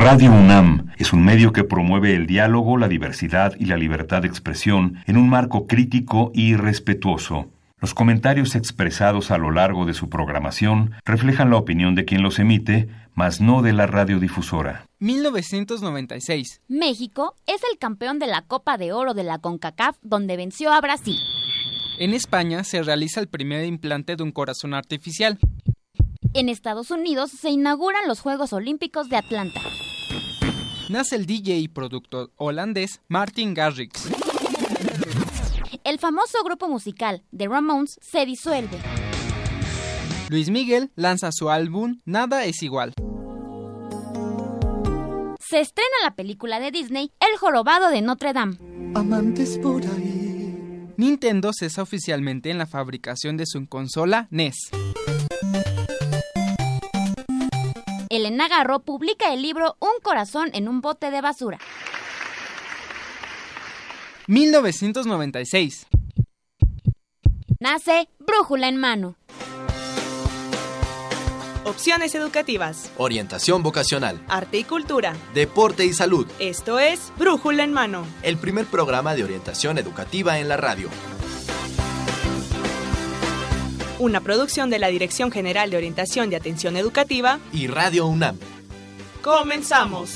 Radio UNAM es un medio que promueve el diálogo, la diversidad y la libertad de expresión en un marco crítico y respetuoso. Los comentarios expresados a lo largo de su programación reflejan la opinión de quien los emite, mas no de la radiodifusora. 1996. México es el campeón de la Copa de Oro de la CONCACAF, donde venció a Brasil. En España se realiza el primer implante de un corazón artificial. En Estados Unidos se inauguran los Juegos Olímpicos de Atlanta. Nace el DJ y productor holandés Martin Garrix. El famoso grupo musical The Ramones se disuelve. Luis Miguel lanza su álbum Nada es igual. Se estrena la película de Disney El Jorobado de Notre Dame. Amantes por ahí. Nintendo cesa oficialmente en la fabricación de su consola NES. Elena Garro publica el libro Un corazón en un bote de basura. 1996. Nace Brújula en Mano. Opciones educativas. Orientación vocacional. Arte y cultura. Deporte y salud. Esto es Brújula en Mano. El primer programa de orientación educativa en la radio. Una producción de la Dirección General de Orientación y Atención Educativa y Radio UNAM. ¡Comenzamos!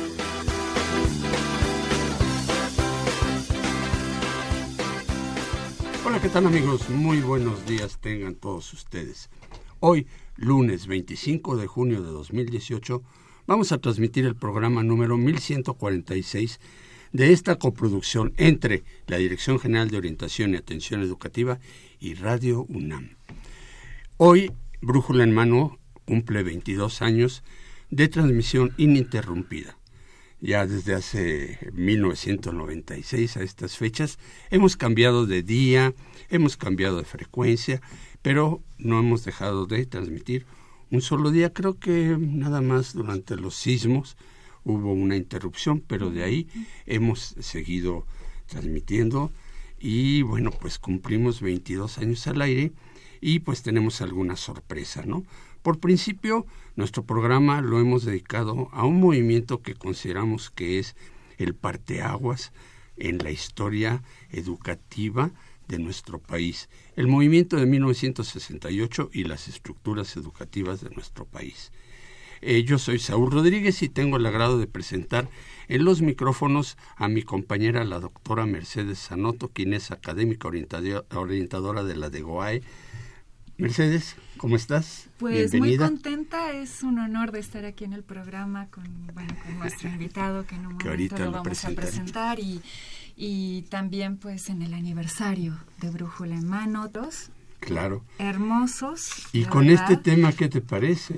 Hola, ¿qué tal, amigos? Muy buenos días tengan todos ustedes. Hoy, lunes 25 de junio de 2018, vamos a transmitir el programa número 1146 de esta coproducción entre la Dirección General de Orientación y Atención Educativa y Radio UNAM. Hoy, Brújula en Mano cumple 22 años de transmisión ininterrumpida. Ya desde hace 1996 a estas fechas hemos cambiado de día, hemos cambiado de frecuencia, pero no hemos dejado de transmitir un solo día. Creo que nada más durante los sismos hubo una interrupción, pero de ahí hemos seguido transmitiendo y bueno, pues cumplimos 22 años al aire y pues tenemos alguna sorpresa, ¿no? Por principio, nuestro programa lo hemos dedicado a un movimiento que consideramos que es el parteaguas en la historia educativa de nuestro país, el movimiento de 1968 y las estructuras educativas de nuestro país. Yo soy Saúl Rodríguez y tengo el agrado de presentar en los micrófonos a mi compañera, la doctora Mercedes Sanoto, quien es académica orientadora de la DEGOAE. Mercedes, ¿cómo estás? Pues bienvenida. Muy contenta, es un honor de estar aquí en el programa con nuestro invitado que en un momento lo vamos a presentar y también pues en el aniversario de Brújula en Mano, dos. Claro. Hermosos. Y con verdad. este tema, ¿qué te parece?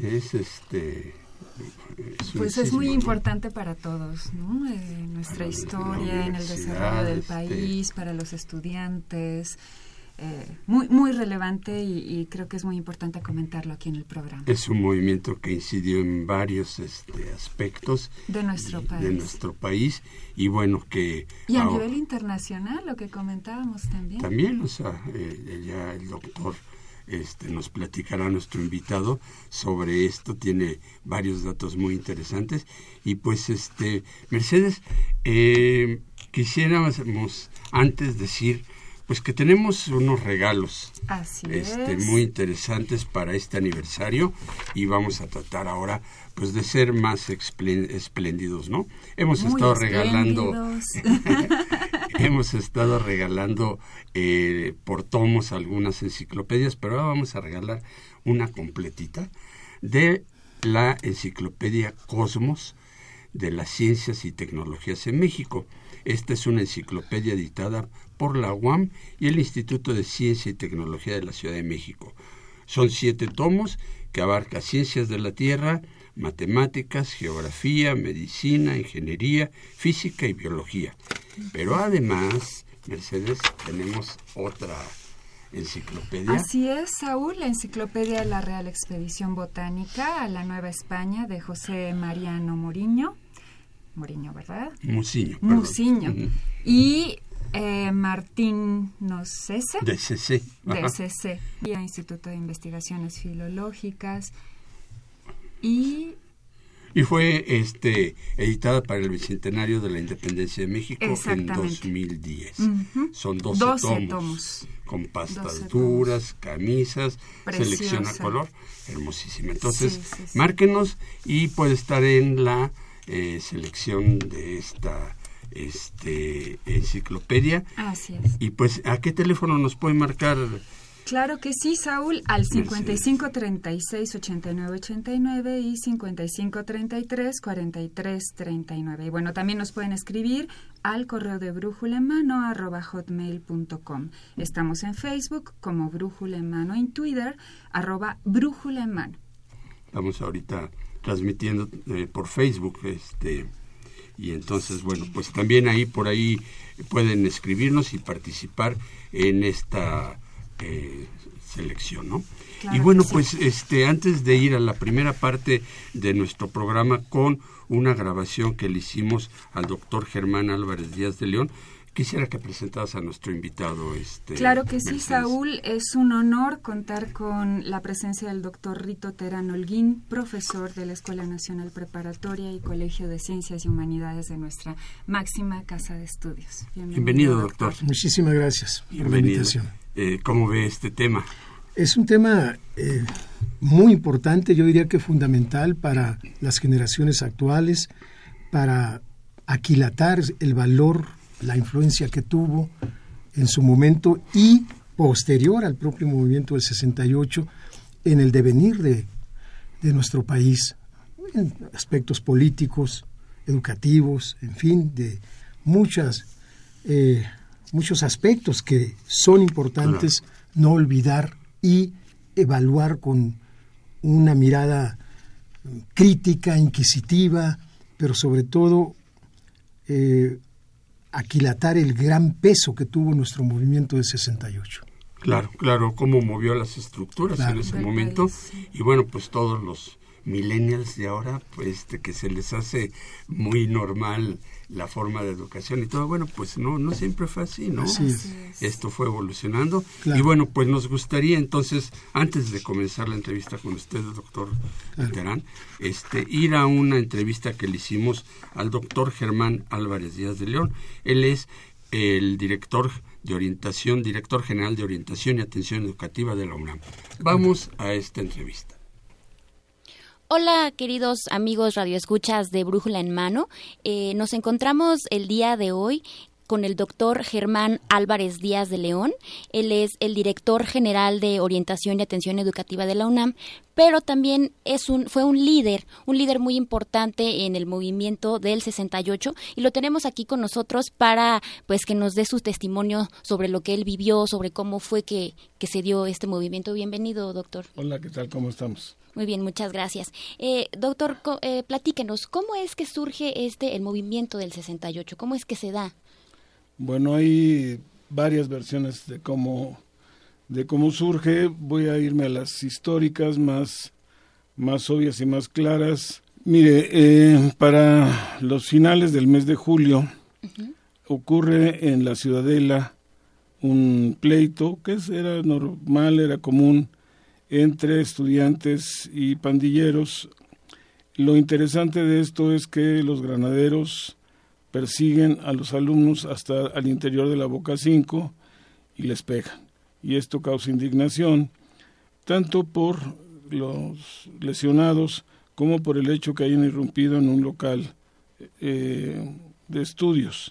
Pues es muy importante para todos, ¿no? Nuestra historia en el desarrollo del país, para los estudiantes. Muy relevante y creo que es muy importante comentarlo aquí en el programa. Es un movimiento que incidió en varios aspectos de nuestro país y bueno que y a nivel internacional, lo que comentábamos también, o sea, ya el doctor nos platicará, nuestro invitado, sobre esto. Tiene varios datos muy interesantes y pues Mercedes, quisiéramos antes decir pues que tenemos unos regalos muy interesantes para este aniversario y vamos a tratar ahora pues de ser más espléndidos, ¿no? Hemos estado regalando por tomos algunas enciclopedias, pero ahora vamos a regalar una completita de la enciclopedia Cosmos de las Ciencias y Tecnologías en México. Esta es una enciclopedia editada por la UAM y el Instituto de Ciencia y Tecnología de la Ciudad de México. Son 7 tomos que abarcan ciencias de la Tierra, matemáticas, geografía, medicina, ingeniería, física y biología. Pero además, Mercedes, tenemos otra enciclopedia. Así es, Saúl, la enciclopedia de la Real Expedición Botánica a la Nueva España de José Mariano Muriño, ¿verdad? Musiño. Uh-huh. Y Martín Nocese. De CC. Y el Instituto de Investigaciones Filológicas. Y Y fue editada para el Bicentenario de la Independencia de México en 2010. Son 12 tomos. Con pastas duras, camisas, preciosa. Selección a color, hermosísima. Entonces, márquenos y puede estar en la selección de esta enciclopedia. Así es. Y pues, ¿a qué teléfono nos puede marcar? Claro que sí, Saúl, al 55 36 89 89 y 55 33 43 39. Y bueno, también nos pueden escribir al correo de brújulaenmano@hotmail.com. Estamos en Facebook como Brújula en Mano, en Twitter @Brújula en Mano. Estamos ahorita transmitiendo por Facebook, y entonces, bueno, pues también por ahí pueden escribirnos y participar en esta selección, ¿no? Claro, y bueno, sí. pues antes de ir a la primera parte de nuestro programa con una grabación que le hicimos al doctor Germán Álvarez Díaz de León, quisiera que presentaras a nuestro invitado. Claro que sí, Mercedes. Saúl, es un honor contar con la presencia del doctor Rito Terán Holguín, profesor de la Escuela Nacional Preparatoria y Colegio de Ciencias y Humanidades de nuestra máxima casa de estudios. Bienvenido, doctor. Muchísimas gracias por la invitación. ¿Cómo ve este tema? Es un tema muy importante, yo diría que fundamental para las generaciones actuales, para aquilatar el valor, la influencia que tuvo en su momento y posterior al propio movimiento del 68 en el devenir de nuestro país, en aspectos políticos, educativos, en fin, de muchos aspectos que son importantes no olvidar y evaluar con una mirada crítica, inquisitiva, pero sobre todo aquilatar el gran peso que tuvo nuestro movimiento del 68. Claro, cómo movió las estructuras en ese momento. Y bueno, pues todos los millennials de ahora, pues que se les hace muy normal la forma de educación y todo, bueno, pues no siempre fue así, ¿no? Así es. Esto fue evolucionando. Claro. Y bueno, pues nos gustaría entonces, antes de comenzar la entrevista con usted, doctor Terán, ir a una entrevista que le hicimos al doctor Germán Álvarez Díaz de León. Él es el director general de Orientación y Atención Educativa de la UNAM. Vamos a esta entrevista. Hola, queridos amigos radioescuchas de Brújula en Mano. Nos encontramos el día de hoy con el doctor Germán Álvarez Díaz de León. Él es el director general de Orientación y Atención Educativa de la UNAM, pero también fue un líder muy importante en el movimiento del 68 y lo tenemos aquí con nosotros para pues que nos dé su testimonio sobre lo que él vivió, sobre cómo fue que se dio este movimiento. Bienvenido, doctor. Hola, ¿qué tal? ¿Cómo estamos? Muy bien, muchas gracias. Doctor, platíquenos, ¿cómo es que surge el movimiento del 68? ¿Cómo es que se da? Bueno, hay varias versiones de cómo surge. Voy a irme a las históricas más obvias y más claras. Mire, para los finales del mes de julio ocurre en la Ciudadela un pleito que era normal, era común entre estudiantes y pandilleros. Lo interesante de esto es que los granaderos persiguen a los alumnos hasta al interior de la Boca 5 y les pegan. Y esto causa indignación, tanto por los lesionados como por el hecho que hayan irrumpido en un local de estudios.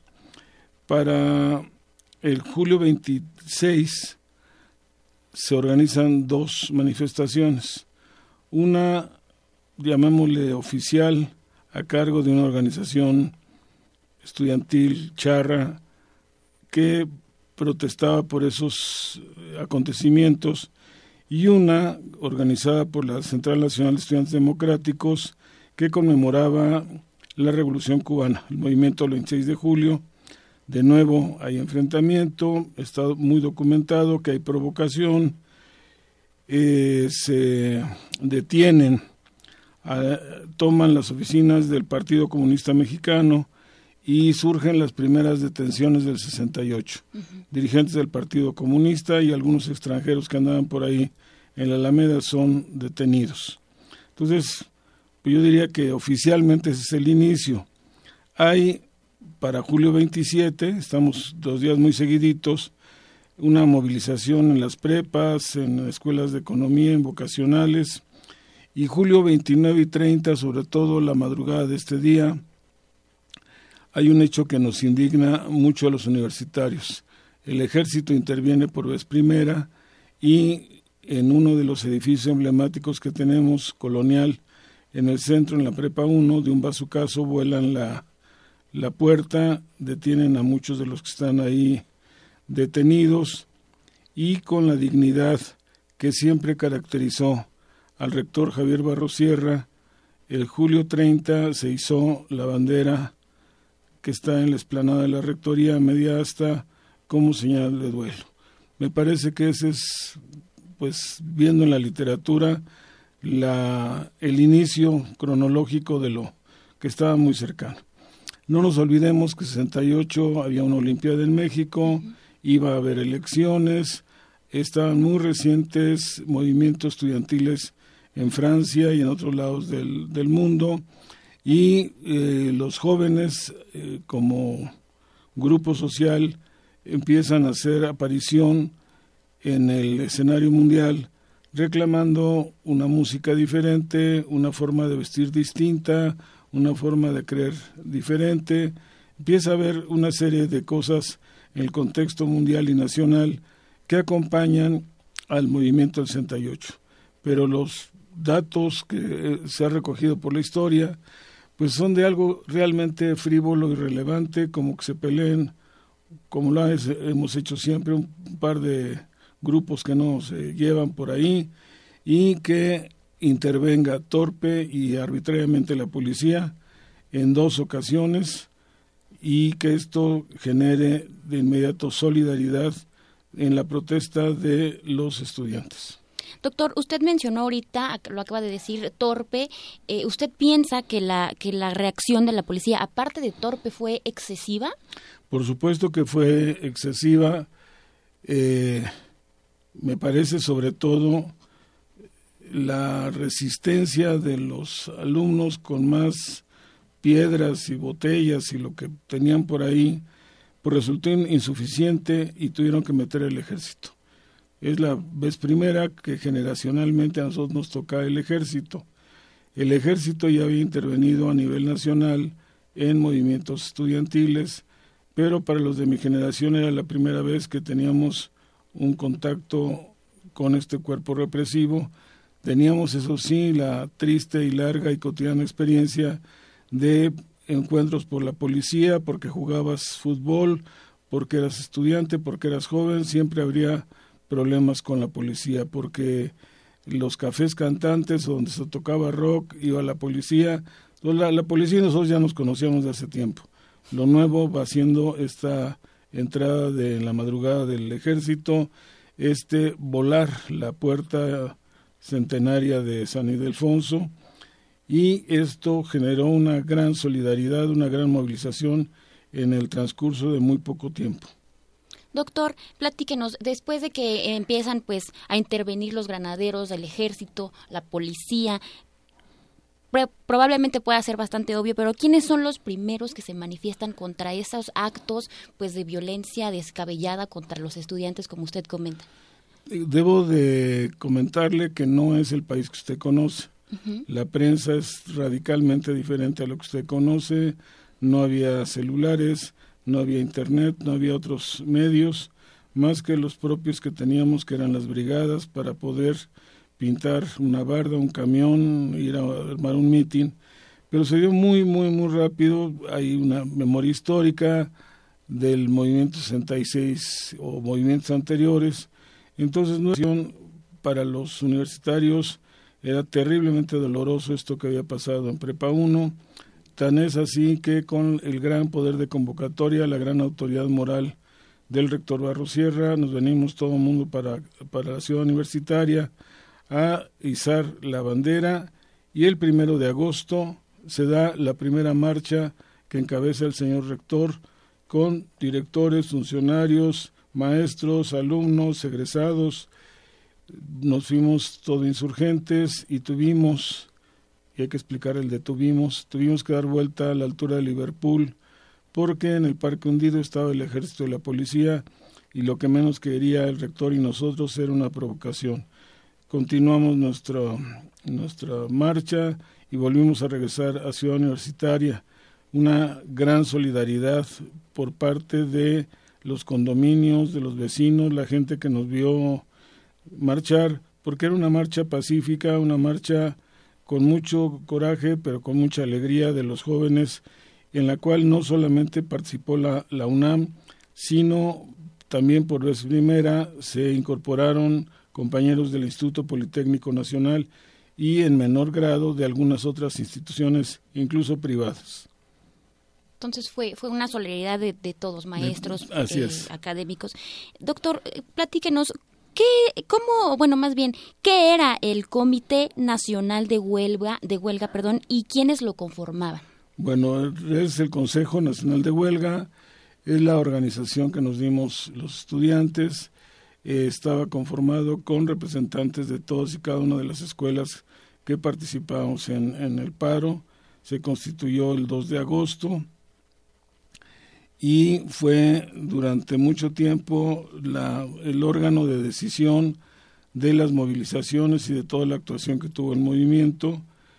Para el julio 26 se organizan dos manifestaciones. Una, llamémosle oficial, a cargo de una organización estudiantil charra que protestaba por esos acontecimientos, y una organizada por la Central Nacional de Estudiantes Democráticos que conmemoraba la Revolución Cubana, el movimiento del 26 de julio. De nuevo hay enfrentamiento, está muy documentado que hay provocación, se detienen, toman las oficinas del Partido Comunista Mexicano y surgen las primeras detenciones del 68. Dirigentes del Partido Comunista y algunos extranjeros que andaban por ahí en la Alameda son detenidos. Entonces, pues yo diría que oficialmente ese es el inicio. Hay para julio 27, estamos 2 días muy seguiditos, una movilización en las prepas, en escuelas de economía, en vocacionales, y julio 29 y 30, sobre todo la madrugada de este día, hay un hecho que nos indigna mucho a los universitarios. El ejército interviene por vez primera y en uno de los edificios emblemáticos que tenemos, colonial, en el centro, en la Prepa 1, de un bazucazo vuelan la puerta, detienen a muchos de los que están ahí detenidos, y con la dignidad que siempre caracterizó al rector Javier Barrosierra, el julio 30 se izó la bandera que está en la explanada de la Rectoría media asta como señal de duelo. Me parece que ese es, pues viendo en la literatura, el inicio cronológico de lo que estaba muy cercano. No nos olvidemos que en 68 había una Olimpiada en México, iba a haber elecciones, estaban muy recientes movimientos estudiantiles en Francia y en otros lados del mundo, y los jóvenes como grupo social empiezan a hacer aparición en el escenario mundial, reclamando una música diferente, una forma de vestir distinta, una forma de creer diferente. Empieza a haber una serie de cosas en el contexto mundial y nacional que acompañan al movimiento del 68. Pero los datos que se ha recogido por la historia pues son de algo realmente frívolo y relevante, como que se peleen, como lo hemos hecho siempre, un par de grupos que no se llevan por ahí, y que intervenga torpe y arbitrariamente la policía en 2 ocasiones, y que esto genere de inmediato solidaridad en la protesta de los estudiantes. Doctor, usted mencionó ahorita, lo acaba de decir, torpe. ¿Usted piensa que la reacción de la policía, aparte de torpe, fue excesiva? Por supuesto que fue excesiva. Me parece sobre todo la resistencia de los alumnos con más piedras y botellas y lo que tenían por ahí, pues resultó insuficiente y tuvieron que meter el ejército. Es la vez primera que generacionalmente a nosotros nos toca el ejército. El ejército ya había intervenido a nivel nacional en movimientos estudiantiles, pero para los de mi generación era la primera vez que teníamos un contacto con este cuerpo represivo. Teníamos, eso sí, la triste y larga y cotidiana experiencia de encuentros por la policía, porque jugabas fútbol, porque eras estudiante, porque eras joven, siempre habría problemas con la policía, porque los cafés cantantes donde se tocaba rock iba la policía. La policía y nosotros ya nos conocíamos de hace tiempo. Lo nuevo va siendo esta entrada de la madrugada del ejército, volar la puerta centenaria de San Ildefonso, y esto generó una gran solidaridad, una gran movilización en el transcurso de muy poco tiempo. Doctor, platíquenos, después de que empiezan pues a intervenir los granaderos del ejército, la policía, probablemente pueda ser bastante obvio, pero ¿quiénes son los primeros que se manifiestan contra esos actos pues de violencia descabellada contra los estudiantes, como usted comenta? Debo de comentarle que no es el país que usted conoce. Uh-huh. La prensa es radicalmente diferente a lo que usted conoce. No había celulares, no había internet, no había otros medios más que los propios que teníamos, que eran las brigadas, para poder pintar una barda, un camión, ir a armar un mitin. Pero se dio muy, muy, muy rápido. Hay una memoria histórica del movimiento 66 o movimientos anteriores. Entonces, para los universitarios era terriblemente doloroso esto que había pasado en Prepa 1. Tan es así que con el gran poder de convocatoria, la gran autoridad moral del rector Barrosierra, nos venimos todo el mundo para la ciudad universitaria a izar la bandera, y el 1 de agosto se da la primera marcha que encabeza el señor rector con directores, funcionarios, maestros, alumnos, egresados. Nos fuimos todos insurgentes y tuvimos y hay que explicar el detuvimos. Tuvimos que dar vuelta a la altura de Liverpool porque en el Parque Hundido estaba el ejército y la policía y lo que menos quería el rector y nosotros era una provocación. Continuamos nuestra marcha y volvimos a regresar a Ciudad Universitaria. Una gran solidaridad por parte de los condominios, de los vecinos, la gente que nos vio marchar, porque era una marcha pacífica, una marcha con mucho coraje, pero con mucha alegría de los jóvenes, en la cual no solamente participó la UNAM, sino también por vez primera se incorporaron compañeros del Instituto Politécnico Nacional y en menor grado de algunas otras instituciones, incluso privadas. Entonces fue una solidaridad de todos, maestros, académicos. Doctor, platíquenos, ¿qué era el Comité Nacional de Huelga, y quiénes lo conformaban? Bueno, es el Consejo Nacional de Huelga, es la organización que nos dimos los estudiantes, estaba conformado con representantes de todas y cada una de las escuelas que participamos en el paro. Se constituyó el 2 de agosto y fue durante mucho tiempo el órgano de decisión de las movilizaciones y de toda la actuación que tuvo el movimiento.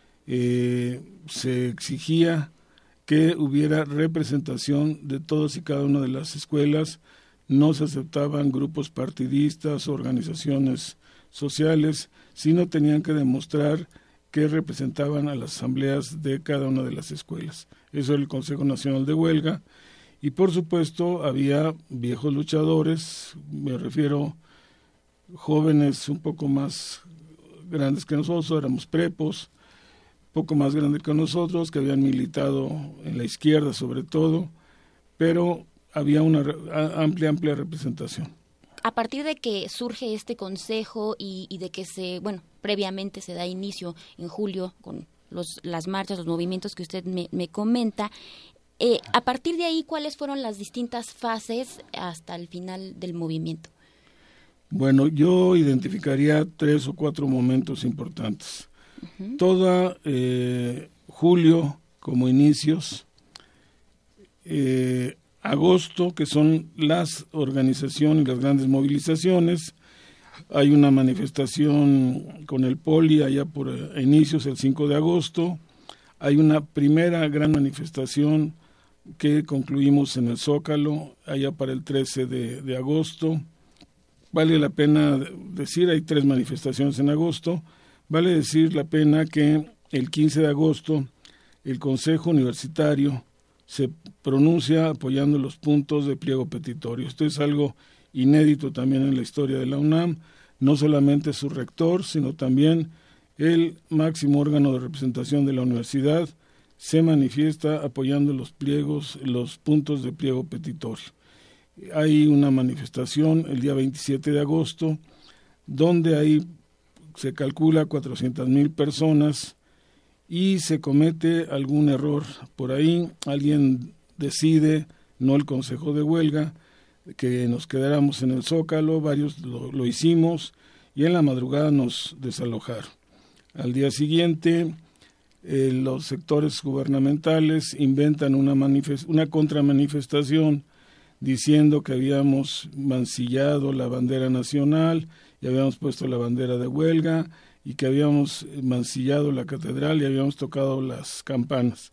Se exigía que hubiera representación de todas y cada una de las escuelas, no se aceptaban grupos partidistas, organizaciones sociales, sino tenían que demostrar que representaban a las asambleas de cada una de las escuelas. Eso era el Consejo Nacional de Huelga, y por supuesto había viejos luchadores, me refiero jóvenes un poco más grandes que nosotros, éramos prepos, poco más grandes que nosotros, que habían militado en la izquierda sobre todo, pero había una amplia representación. A partir de que surge este consejo y de que previamente se da inicio en julio con las marchas, los movimientos que usted me comenta, a partir de ahí, ¿cuáles fueron las distintas fases hasta el final del movimiento? Bueno, yo identificaría 3 o 4 momentos importantes. Uh-huh. Toda julio como inicios, agosto, que son las organizaciones y las grandes movilizaciones. Hay una manifestación con el Poli allá por inicios, el 5 de agosto. Hay una primera gran manifestación que concluimos en el Zócalo, allá para el 13 de agosto. Vale la pena decir, hay 3 manifestaciones en agosto. Vale decir la pena que el 15 de agosto el Consejo Universitario se pronuncia apoyando los puntos de pliego petitorio. Esto es algo inédito también en la historia de la UNAM, no solamente su rector, sino también el máximo órgano de representación de la universidad se manifiesta apoyando los puntos de pliego petitorio. Hay una manifestación el día 27 de agosto, donde ahí se calcula 400,000 personas y se comete algún error por ahí. Alguien decide, no el Consejo de Huelga, que nos quedáramos en el Zócalo, varios lo hicimos y en la madrugada nos desalojaron. Al día siguiente, los sectores gubernamentales inventan una contramanifestación diciendo que habíamos mancillado la bandera nacional y habíamos puesto la bandera de huelga y que habíamos mancillado la catedral y habíamos tocado las campanas.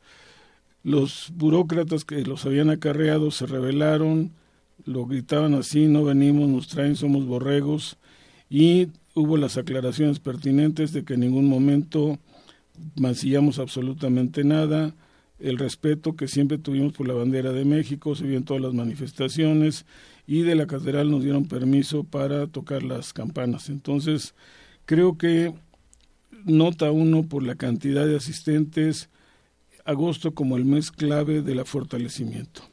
Los burócratas que los habían acarreado se rebelaron, lo gritaban así: no venimos, nos traen, somos borregos, y hubo las aclaraciones pertinentes de que en ningún momento mancillamos absolutamente nada. El respeto que siempre tuvimos por la bandera de México se vio en todas las manifestaciones, y de la catedral nos dieron permiso para tocar las campanas. Entonces, creo que nota uno por la cantidad de asistentes, agosto como el mes clave del fortalecimiento.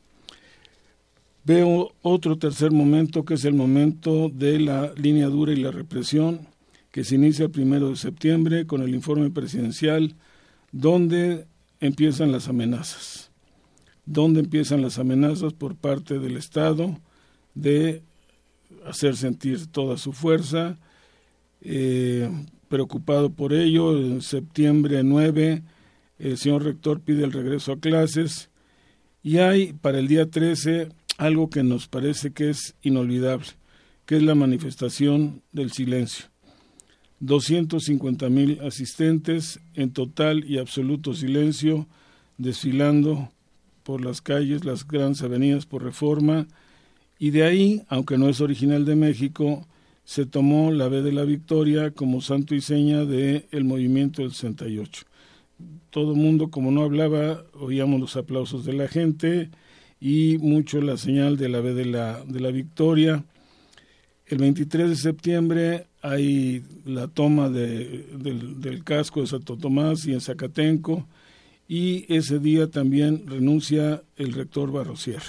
Veo otro tercer momento, que es el momento de la línea dura y la represión, que se inicia el 1 de septiembre con el informe presidencial, donde empiezan las amenazas. Donde empiezan las amenazas por parte del Estado de hacer sentir toda su fuerza. preocupado por ello. En septiembre 9, el señor rector pide el regreso a clases y hay para el día 13 algo que nos parece que es inolvidable, que es la manifestación del silencio. 250,000 asistentes en total y absoluto silencio, desfilando por las calles, las grandes avenidas por Reforma, y de ahí, aunque no es original de México, se tomó la B de la Victoria como santo y seña del movimiento del 68. Todo el mundo, como no hablaba, oíamos los aplausos de la gente y mucho la señal de la B de la Victoria. El 23 de septiembre hay la toma del casco de Santo Tomás y en Zacatenco, y ese día también renuncia el rector Barrosier.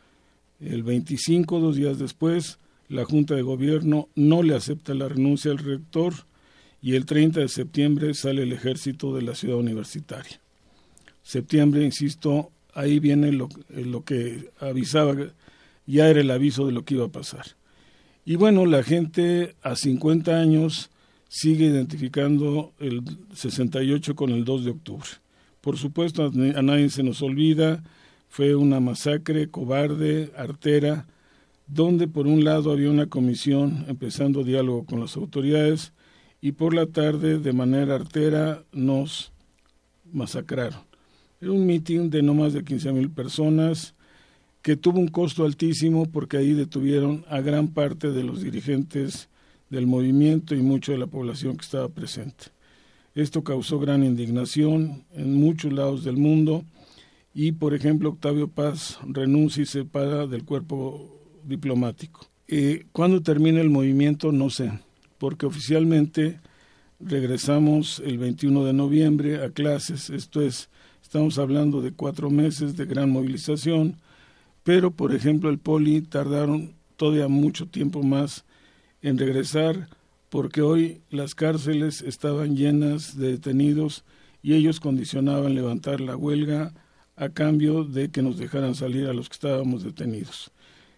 El 25, 2 días después, la Junta de Gobierno no le acepta la renuncia al rector y el 30 de septiembre sale el ejército de la ciudad universitaria. Septiembre, insisto, ahí viene lo que avisaba, ya era el aviso de lo que iba a pasar. Y bueno, la gente a 50 años sigue identificando el 68 con el 2 de octubre. Por supuesto, a nadie se nos olvida, fue una masacre cobarde, artera, donde por un lado había una comisión empezando diálogo con las autoridades y por la tarde de manera artera nos masacraron. Era un mitin de no más de 15,000 personas que tuvo un costo altísimo porque ahí detuvieron a gran parte de los dirigentes del movimiento y mucho de la población que estaba presente. Esto causó gran indignación en muchos lados del mundo y, por ejemplo, Octavio Paz renuncia y se separa del cuerpo diplomático. ¿Cuándo termina el movimiento? No sé, porque oficialmente regresamos el 21 de noviembre a clases, esto es, estamos hablando de 4 meses de gran movilización, pero, por ejemplo, el Poli tardaron todavía mucho tiempo más en regresar, porque hoy las cárceles estaban llenas de detenidos y ellos condicionaban levantar la huelga a cambio de que nos dejaran salir a los que estábamos detenidos.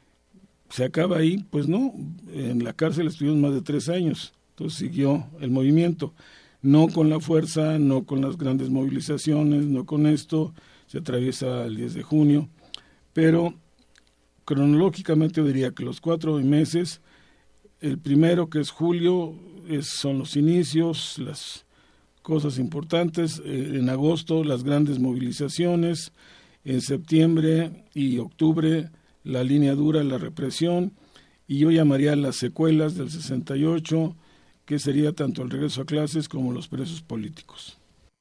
¿Se acaba ahí? Pues no, en la cárcel estuvimos más de 3 años, entonces siguió el movimiento, no con la fuerza, no con las grandes movilizaciones, no con esto, se atraviesa el 10 de junio, pero cronológicamente yo diría que los 4 meses, el primero, que es julio, son los inicios, las cosas importantes. En agosto, las grandes movilizaciones. En septiembre y octubre, la línea dura, la represión. Y yo llamaría las secuelas del 68, que sería tanto el regreso a clases como los presos políticos.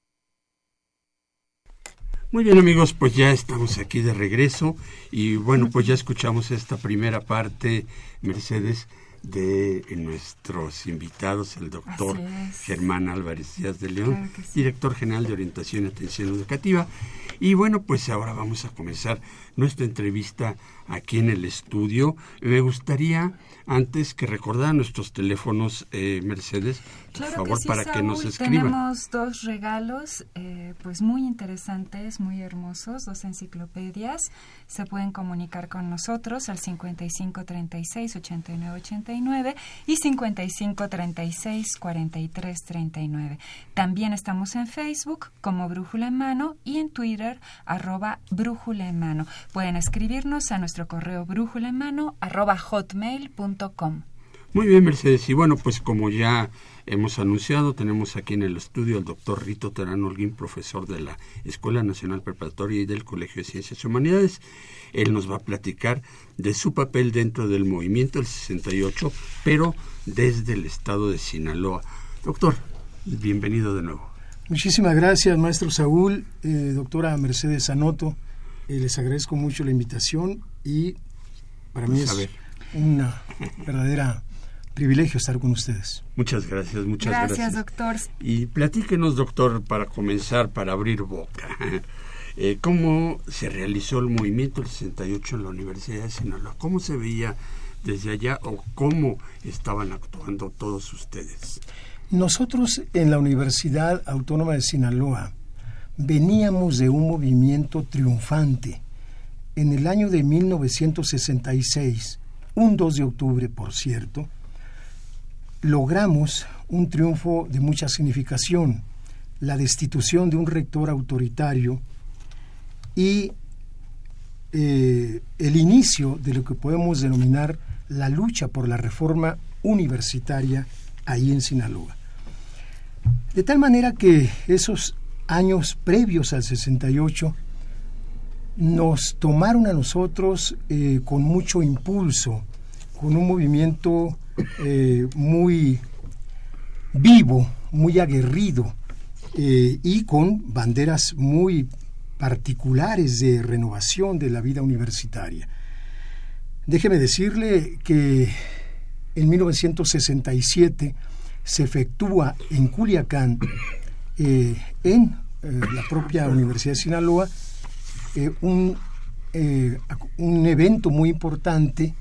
Muy bien, amigos, pues ya estamos aquí de regreso. Y bueno, pues ya escuchamos esta primera parte, Mercedes, de nuestros invitados, el doctor Germán Álvarez Díaz de León, claro sí, director general de Orientación y Atención Educativa. Y bueno, pues ahora vamos a comenzar nuestra entrevista aquí en el estudio. Me gustaría, antes que recordar nuestros teléfonos, Mercedes, claro por favor, que sí, para Saúl, que nos escriban. Tenemos 2 regalos, pues muy interesantes, muy hermosos, 2 enciclopedias. Se pueden comunicar con nosotros al 5536-8989 y 5536-4339. También estamos en Facebook como Brújula en Mano y en Twitter @Brújula en Mano. Pueden escribirnos a nuestro correo brújulaenmano@hotmail.com. Muy bien, Mercedes. Y bueno, pues como ya hemos anunciado, tenemos aquí en el estudio al doctor Rito Terán Holguín, profesor de la Escuela Nacional Preparatoria y del Colegio de Ciencias y Humanidades. Él nos va a platicar de su papel dentro del movimiento del 68, pero desde el estado de Sinaloa. Doctor, bienvenido de nuevo. Muchísimas gracias, maestro Saúl, doctora Mercedes Sanoto. Les agradezco mucho la invitación y para mí es una verdadera privilegio estar con ustedes. Muchas gracias, muchas gracias. Gracias, doctor. Y platíquenos, doctor, para comenzar, para abrir boca, ¿cómo se realizó el movimiento del 68 en la Universidad de Sinaloa? ¿Cómo se veía desde allá o cómo estaban actuando todos ustedes? Nosotros en la Universidad Autónoma de Sinaloa veníamos de un movimiento triunfante. En el año de 1966, un 2 de octubre, por cierto, logramos un triunfo de mucha significación, la destitución de un rector autoritario y el inicio de lo que podemos denominar la lucha por la reforma universitaria ahí en Sinaloa. De tal manera que esos años previos al 68 nos tomaron a nosotros con mucho impulso, con un movimiento muy vivo, muy aguerrido y con banderas muy particulares de renovación de la vida universitaria. Déjeme decirle que en 1967 se efectúa en Culiacán, en la propia Universidad de Sinaloa, un evento muy importante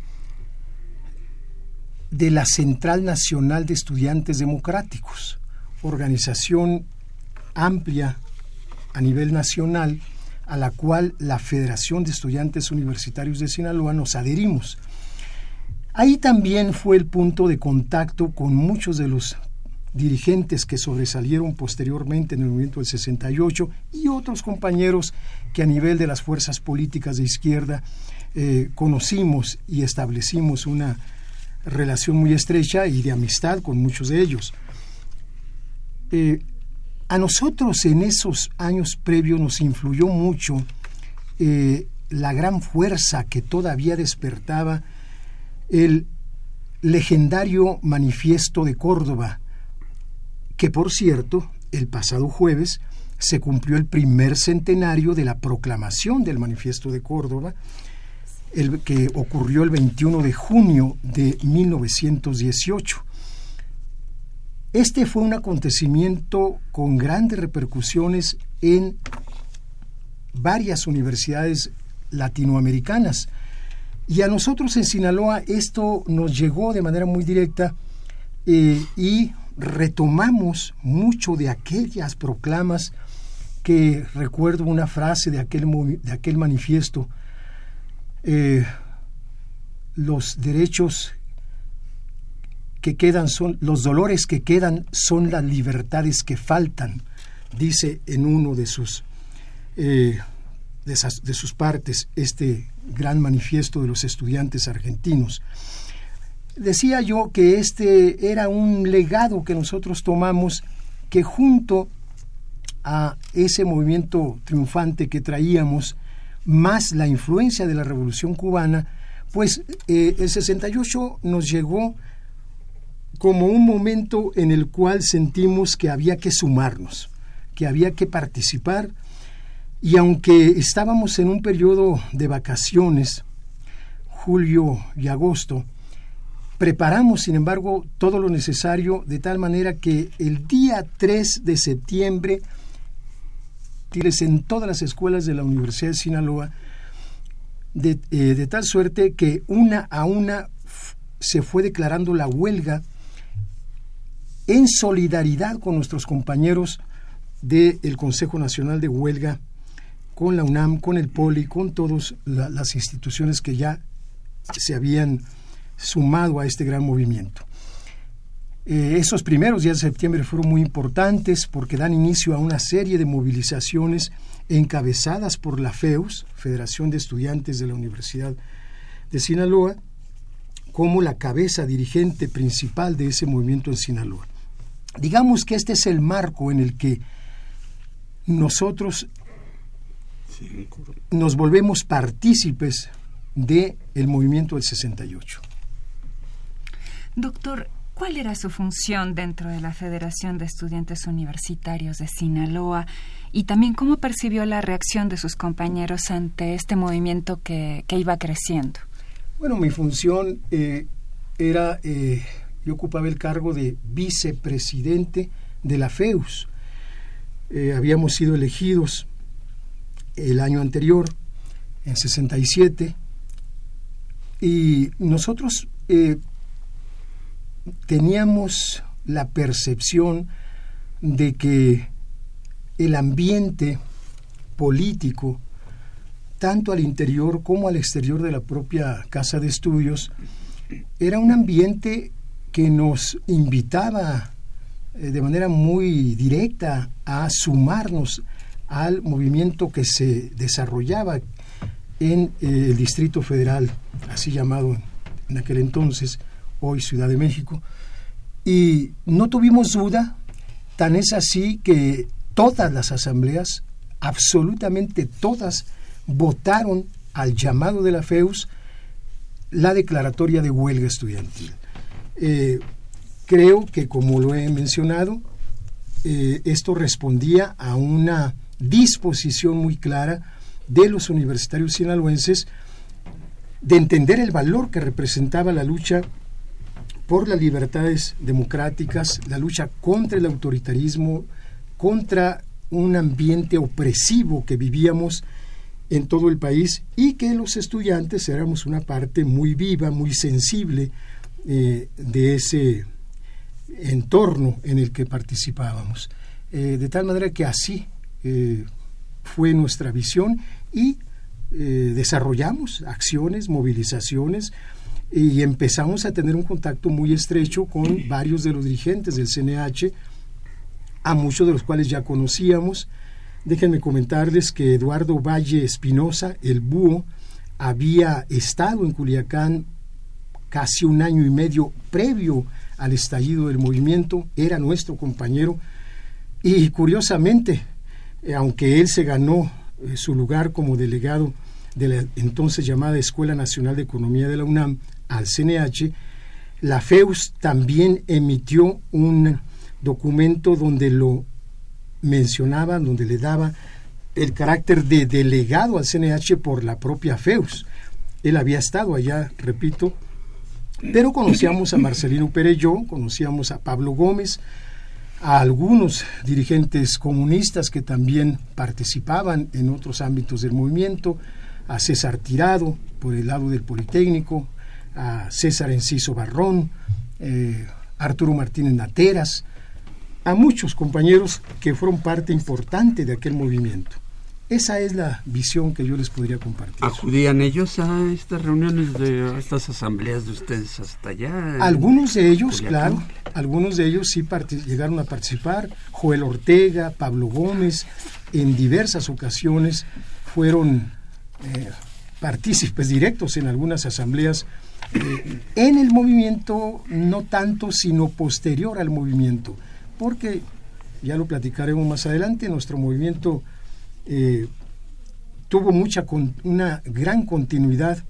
de la Central Nacional de Estudiantes Democráticos, organización amplia a nivel nacional, a la cual la Federación de Estudiantes Universitarios de Sinaloa nos adherimos. Ahí también fue el punto de contacto con muchos de los dirigentes que sobresalieron posteriormente en el movimiento del 68 y otros compañeros que a nivel de las fuerzas políticas de izquierda conocimos y establecimos una relación muy estrecha y de amistad con muchos de ellos. A nosotros en esos años previos nos influyó mucho la gran fuerza que todavía despertaba el legendario Manifiesto de Córdoba, que por cierto, el pasado jueves se cumplió el primer centenario de la proclamación del Manifiesto de Córdoba, el que ocurrió el 21 de junio de 1918. Este fue un acontecimiento con grandes repercusiones en varias universidades latinoamericanas. Y a nosotros en Sinaloa esto nos llegó de manera muy directa y retomamos mucho de aquellas proclamas que recuerdo una frase de aquel manifiesto: los derechos que quedan son, los dolores que quedan son las libertades que faltan, dice en uno de sus partes este gran manifiesto de los estudiantes argentinos. Decía yo que este era un legado que nosotros tomamos, que junto a ese movimiento triunfante que traíamos, más la influencia de la Revolución Cubana, pues el 68 nos llegó como un momento en el cual sentimos que había que sumarnos, que había que participar, y aunque estábamos en un periodo de vacaciones, julio y agosto, preparamos, sin embargo, todo lo necesario, de tal manera que el día 3 de septiembre, en todas las escuelas de la Universidad de Sinaloa, de tal suerte que una a una se fue declarando la huelga en solidaridad con nuestros compañeros del Consejo Nacional de Huelga, con la UNAM, con el POLI, con todas las instituciones que ya se habían sumado a este gran movimiento. Esos primeros días de septiembre fueron muy importantes porque dan inicio a una serie de movilizaciones encabezadas por la FEUS, Federación de Estudiantes de la Universidad de Sinaloa, como la cabeza dirigente principal de ese movimiento en Sinaloa. Digamos que este es el marco en el que nosotros nos volvemos partícipes del movimiento del 68. Doctor, ¿cuál era su función dentro de la Federación de Estudiantes Universitarios de Sinaloa? Y también, ¿cómo percibió la reacción de sus compañeros ante este movimiento que iba creciendo? Bueno, mi función era, yo ocupaba el cargo de vicepresidente de la FEUS. Habíamos sido elegidos el año anterior, en 67, y nosotros teníamos la percepción de que el ambiente político, tanto al interior como al exterior de la propia casa de estudios, era un ambiente que nos invitaba de manera muy directa a sumarnos al movimiento que se desarrollaba en el Distrito Federal, así llamado en aquel entonces, hoy Ciudad de México, y no tuvimos duda, tan es así que todas las asambleas, absolutamente todas, votaron al llamado de la FEUS la declaratoria de huelga estudiantil. Creo que, como lo he mencionado, esto respondía a una disposición muy clara de los universitarios sinaloenses de entender el valor que representaba la lucha por las libertades democráticas, la lucha contra el autoritarismo, contra un ambiente opresivo que vivíamos en todo el país, y que los estudiantes éramos una parte muy viva, muy sensible de ese entorno en el que participábamos. De tal manera que así fue nuestra visión, y desarrollamos acciones, movilizaciones, y empezamos a tener un contacto muy estrecho con varios de los dirigentes del CNH, a muchos de los cuales ya conocíamos. Déjenme comentarles que Eduardo Valle Espinosa, el Búho, había estado en Culiacán casi 1 año y medio previo al estallido del movimiento, era nuestro compañero, y curiosamente, aunque él se ganó su lugar como delegado de la entonces llamada Escuela Nacional de Economía de la UNAM al CNH, la FEUS también emitió un documento donde lo mencionaba, donde le daba el carácter de delegado al CNH por la propia FEUS. Él había estado allá, repito, pero conocíamos a Marcelino Perelló, conocíamos a Pablo Gómez, a algunos dirigentes comunistas que también participaban en otros ámbitos del movimiento, a César Tirado por el lado del Politécnico, a César Enciso Barrón, Arturo Martínez Nateras, a muchos compañeros que fueron parte importante de aquel movimiento. Esa es la visión que yo les podría compartir. ¿Acudían ellos a estas reuniones, a estas asambleas de ustedes hasta allá? Algunos de ellos, claro, algunos de ellos sí llegaron a participar. Joel Ortega, Pablo Gómez, en diversas ocasiones fueron partícipes directos en algunas asambleas en el movimiento, no tanto, sino posterior al movimiento, porque, ya lo platicaremos más adelante, nuestro movimiento tuvo una gran continuidad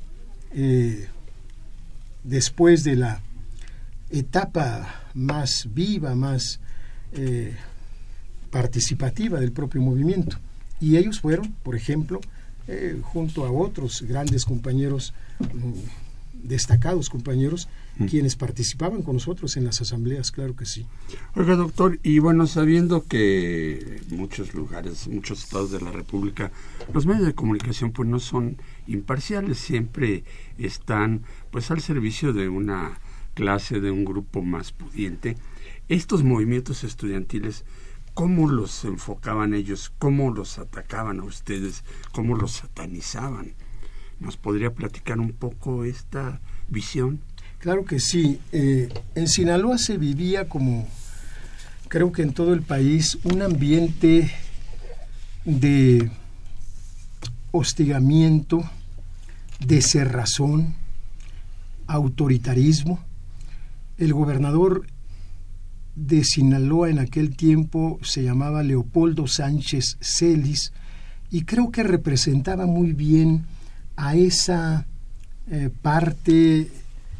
después de la etapa más viva, más participativa del propio movimiento. Y ellos fueron, por ejemplo, junto a otros grandes compañeros, destacados compañeros, quienes participaban con nosotros en las asambleas, claro que sí. Oiga, doctor, y bueno, sabiendo que muchos lugares, muchos estados de la República, los medios de comunicación pues no son imparciales, siempre están pues al servicio de una clase, de un grupo más pudiente. Estos movimientos estudiantiles, ¿cómo los enfocaban ellos? ¿Cómo los atacaban a ustedes? ¿Cómo los satanizaban? ¿Nos podría platicar un poco esta visión? Claro que sí. En Sinaloa se vivía, como creo que en todo el país, un ambiente de hostigamiento, de cerrazón, autoritarismo. El gobernador de Sinaloa en aquel tiempo se llamaba Leopoldo Sánchez Celis, y creo que representaba muy bien a esa parte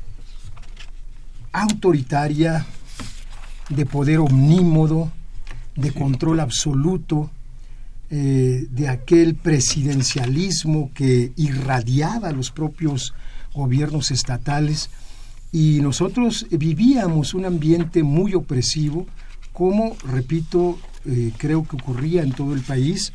autoritaria, de poder omnímodo, de control absoluto, de aquel presidencialismo que irradiaba los propios gobiernos estatales, y nosotros vivíamos un ambiente muy opresivo, como, repito, creo que ocurría en todo el país.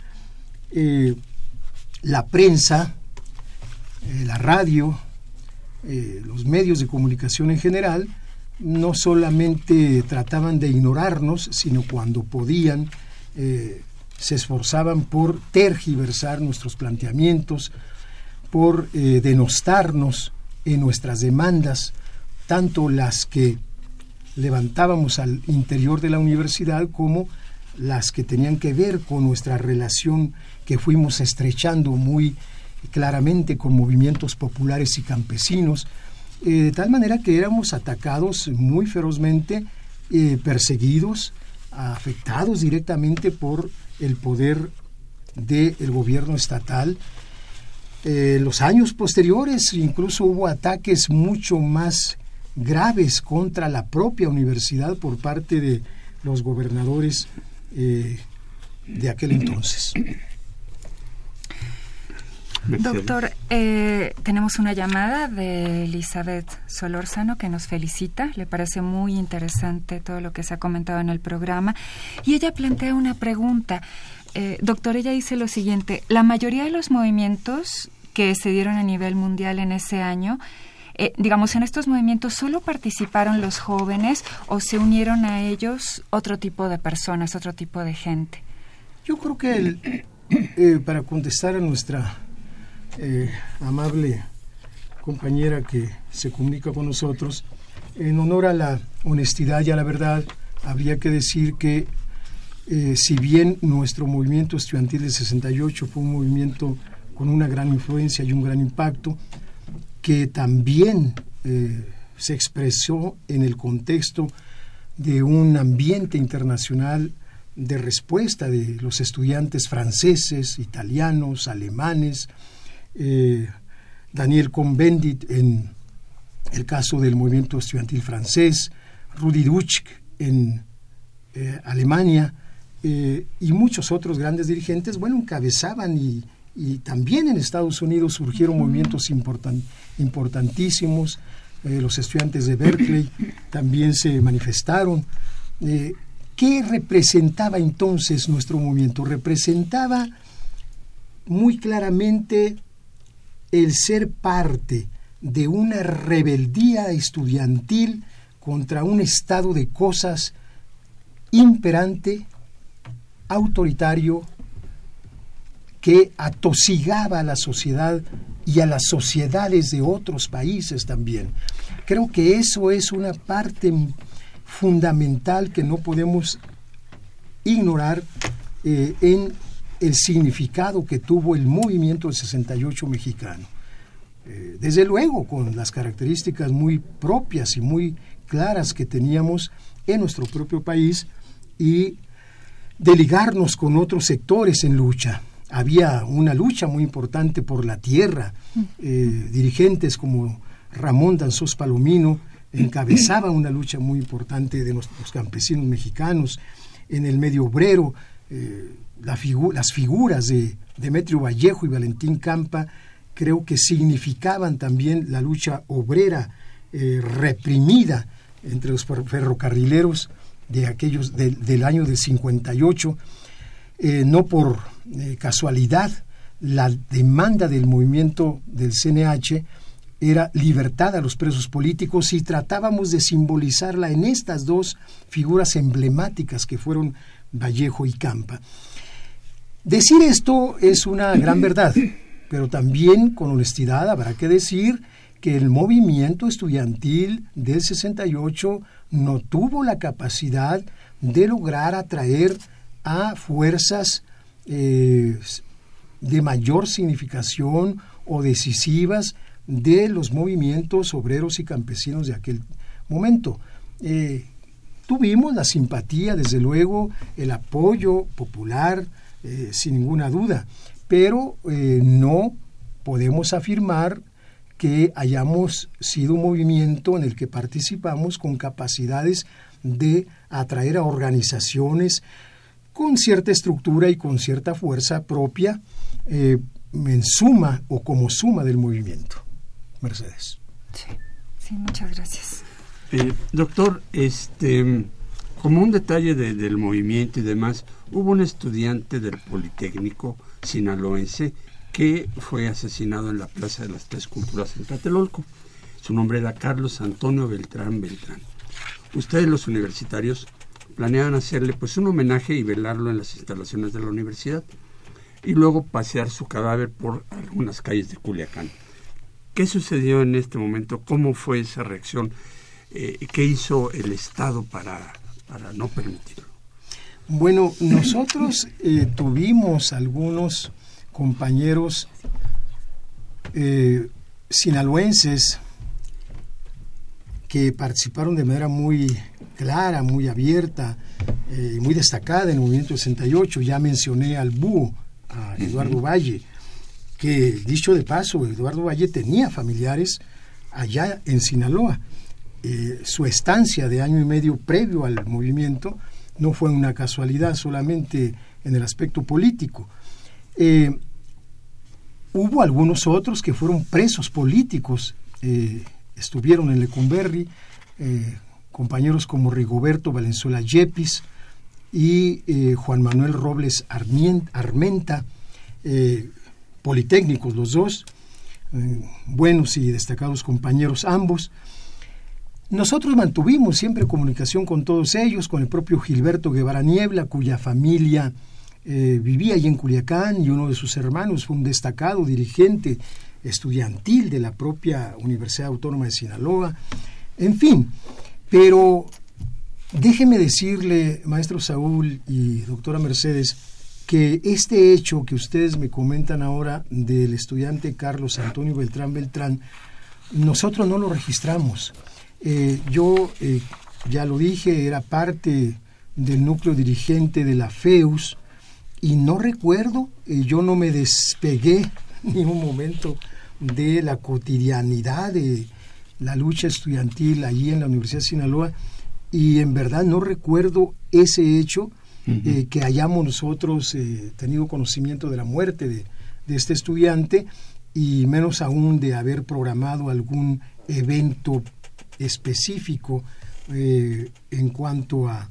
La prensa, la radio, los medios de comunicación en general, no solamente trataban de ignorarnos, sino cuando podían, se esforzaban por tergiversar nuestros planteamientos, por denostarnos en nuestras demandas, tanto las que levantábamos al interior de la universidad, como las que tenían que ver con nuestra relación que fuimos estrechando muy claramente con movimientos populares y campesinos, de tal manera que éramos atacados muy ferozmente, perseguidos, afectados directamente por el poder del gobierno estatal. Los años posteriores incluso hubo ataques mucho más graves contra la propia universidad por parte de los gobernadores de aquel entonces. Doctor, tenemos una llamada de Elizabeth Solórzano que nos felicita. Le parece muy interesante todo lo que se ha comentado en el programa y ella plantea una pregunta. Doctor, ella dice lo siguiente: la mayoría de los movimientos que se dieron a nivel mundial en ese año, digamos, en estos movimientos ¿solo participaron los jóvenes o se unieron a ellos otro tipo de personas, otro tipo de gente? Yo creo que para contestar a nuestra amable compañera que se comunica con nosotros, en honor a la honestidad y a la verdad, habría que decir que si bien nuestro movimiento estudiantil del 68 fue un movimiento con una gran influencia y un gran impacto, que también se expresó en el contexto de un ambiente internacional de respuesta de los estudiantes franceses, italianos, alemanes, Daniel Cohn-Bendit en el caso del movimiento estudiantil francés, Rudi Dutschke en Alemania, y muchos otros grandes dirigentes, encabezaban y también en Estados Unidos surgieron movimientos importantísimos. Los estudiantes de Berkeley también se manifestaron. ¿Qué representaba entonces nuestro movimiento? Representaba muy claramente el ser parte de una rebeldía estudiantil contra un estado de cosas imperante, autoritario, que atosigaba a la sociedad y a las sociedades de otros países también. Creo que eso es una parte fundamental que no podemos ignorar en el significado que tuvo el movimiento del 68 mexicano. Desde luego, con las características muy propias y muy claras que teníamos en nuestro propio país y de ligarnos con otros sectores en lucha. Había una lucha muy importante por la tierra. Dirigentes como Ramón Danzós Palomino encabezaba una lucha muy importante de los campesinos mexicanos. En el medio obrero, las figuras de Demetrio Vallejo y Valentín Campa creo que significaban también la lucha obrera reprimida entre los ferrocarrileros de aquellos del año del 58. No por casualidad, la demanda del movimiento del CNH era libertad a los presos políticos y tratábamos de simbolizarla en estas dos figuras emblemáticas que fueron Vallejo y Campa. Decir esto es una gran verdad, pero también con honestidad habrá que decir que el movimiento estudiantil del 68 no tuvo la capacidad de lograr atraer a fuerzas de mayor significación o decisivas de los movimientos obreros y campesinos de aquel momento. Tuvimos la simpatía, desde luego, el apoyo popular, sin ninguna duda, pero no podemos afirmar que hayamos sido un movimiento en el que participamos con capacidades de atraer a organizaciones con cierta estructura y con cierta fuerza propia en suma o como suma del movimiento. Mercedes. Sí, muchas gracias. Doctor, como un detalle del movimiento y demás, hubo un estudiante del Politécnico sinaloense que fue asesinado en la Plaza de las Tres Culturas en Tlatelolco. Su nombre era Carlos Antonio Beltrán Beltrán. Ustedes, los universitarios, planeaban hacerle un homenaje y velarlo en las instalaciones de la universidad y luego pasear su cadáver por algunas calles de Culiacán. ¿Qué sucedió en este momento? ¿Cómo fue esa reacción? ¿qué hizo el Estado para no permitirlo? Bueno, nosotros tuvimos algunos compañeros sinaloenses que participaron de manera muy clara, muy abierta, muy destacada en el movimiento 68. Ya mencioné al búho, a Eduardo Valle, que, dicho de paso, Eduardo Valle tenía familiares allá en Sinaloa. Su estancia de año y medio previo al movimiento no fue una casualidad solamente en el aspecto político. Hubo algunos otros que fueron presos políticos, estuvieron en Lecumberri, compañeros como Rigoberto Valenzuela Yepes y Juan Manuel Robles Armenta, politécnicos los dos, buenos y destacados compañeros ambos. Nosotros mantuvimos siempre comunicación con todos ellos, con el propio Gilberto Guevara Niebla, cuya familia vivía allí en Culiacán, y uno de sus hermanos fue un destacado dirigente estudiantil de la propia Universidad Autónoma de Sinaloa. En fin, pero déjeme decirle, maestro Saúl y doctora Mercedes, que este hecho que ustedes me comentan ahora del estudiante Carlos Antonio Beltrán, nosotros no lo registramos. Yo, ya lo dije, era parte del núcleo dirigente de la FEUS y no recuerdo, yo no me despegué ni un momento de la cotidianidad de la lucha estudiantil allí en la Universidad de Sinaloa, y en verdad no recuerdo ese hecho, que hayamos nosotros tenido conocimiento de la muerte de este estudiante, y menos aún de haber programado algún evento específico en cuanto a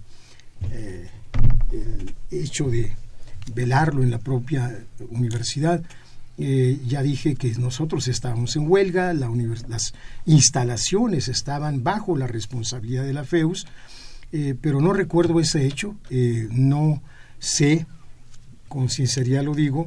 el hecho de velarlo en la propia universidad. Ya dije que nosotros estábamos en huelga, las instalaciones estaban bajo la responsabilidad de la FEUS, pero no recuerdo ese hecho, no sé, con sinceridad lo digo,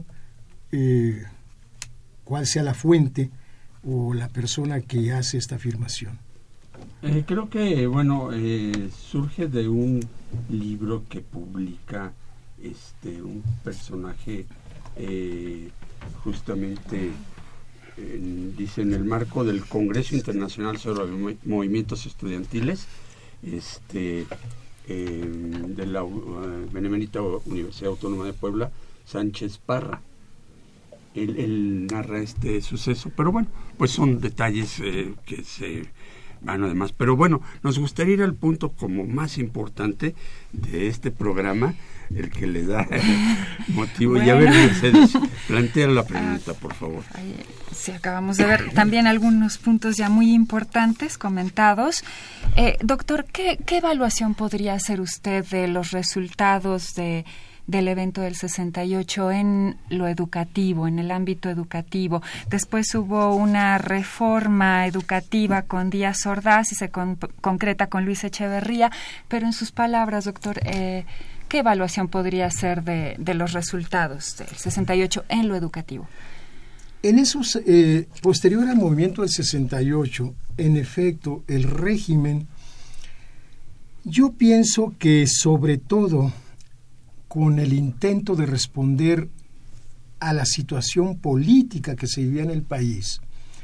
cuál sea la fuente o la persona que hace esta afirmación. Creo que, surge de un libro que publica un personaje, justamente, dice, en el marco del Congreso Internacional sobre Movimientos Estudiantiles, de la Benemérita Universidad Autónoma de Puebla, Sánchez Parra. Él narra este suceso, pero bueno, pues son detalles que se van además. Pero bueno, nos gustaría ir al punto como más importante de este programa, el que le da motivo. Bueno. Y a ver, Mercedes, plantea la pregunta, por favor. Sí, acabamos de ver también algunos puntos ya muy importantes comentados. Doctor, ¿qué evaluación podría hacer usted de los resultados del evento del 68 en lo educativo, en el ámbito educativo? Después hubo una reforma educativa con Díaz Ordaz y se concreta con Luis Echeverría, pero en sus palabras, doctor, ¿qué evaluación podría hacer de los resultados del 68 en lo educativo? En esos, posterior al movimiento del 68, en efecto, el régimen, yo pienso que sobre todo con el intento de responder a la situación política que se vivía en el país,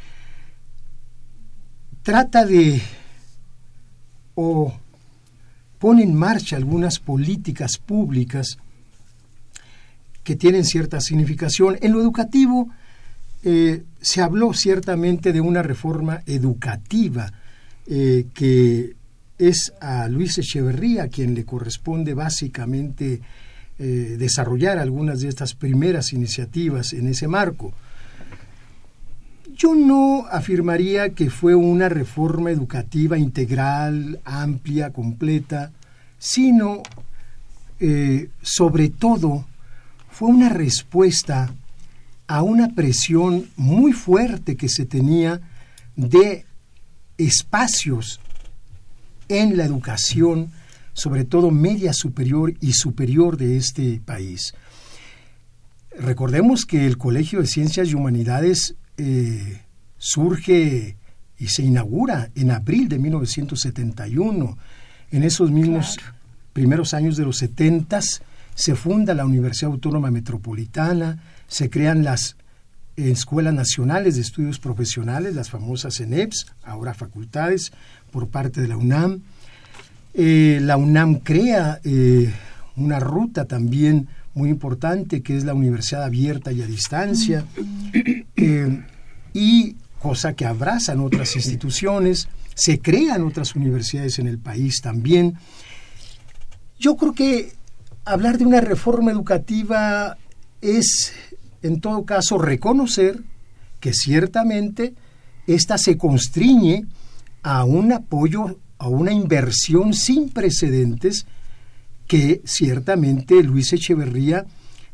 trata de o pone en marcha algunas políticas públicas que tienen cierta significación. En lo educativo se habló ciertamente de una reforma educativa que es a Luis Echeverría quien le corresponde básicamente desarrollar algunas de estas primeras iniciativas en ese marco. Yo no afirmaría que fue una reforma educativa integral, amplia, completa, sino sobre todo fue una respuesta a una presión muy fuerte que se tenía de espacios en la educación, sobre todo media superior y superior de este país. Recordemos que el Colegio de Ciencias y Humanidades surge y se inaugura en abril de 1971. En esos mismos primeros años de los 70s se funda la Universidad Autónoma Metropolitana, se crean las Escuelas Nacionales de Estudios Profesionales, las famosas ENEPS, ahora facultades, por parte de la UNAM. La UNAM crea una ruta también muy importante, que es la Universidad Abierta y a Distancia, y cosa que abrazan otras instituciones, se crean otras universidades en el país también. Yo creo que hablar de una reforma educativa es, en todo caso, reconocer que ciertamente ésta se constriñe a un apoyo, a una inversión sin precedentes que ciertamente Luis Echeverría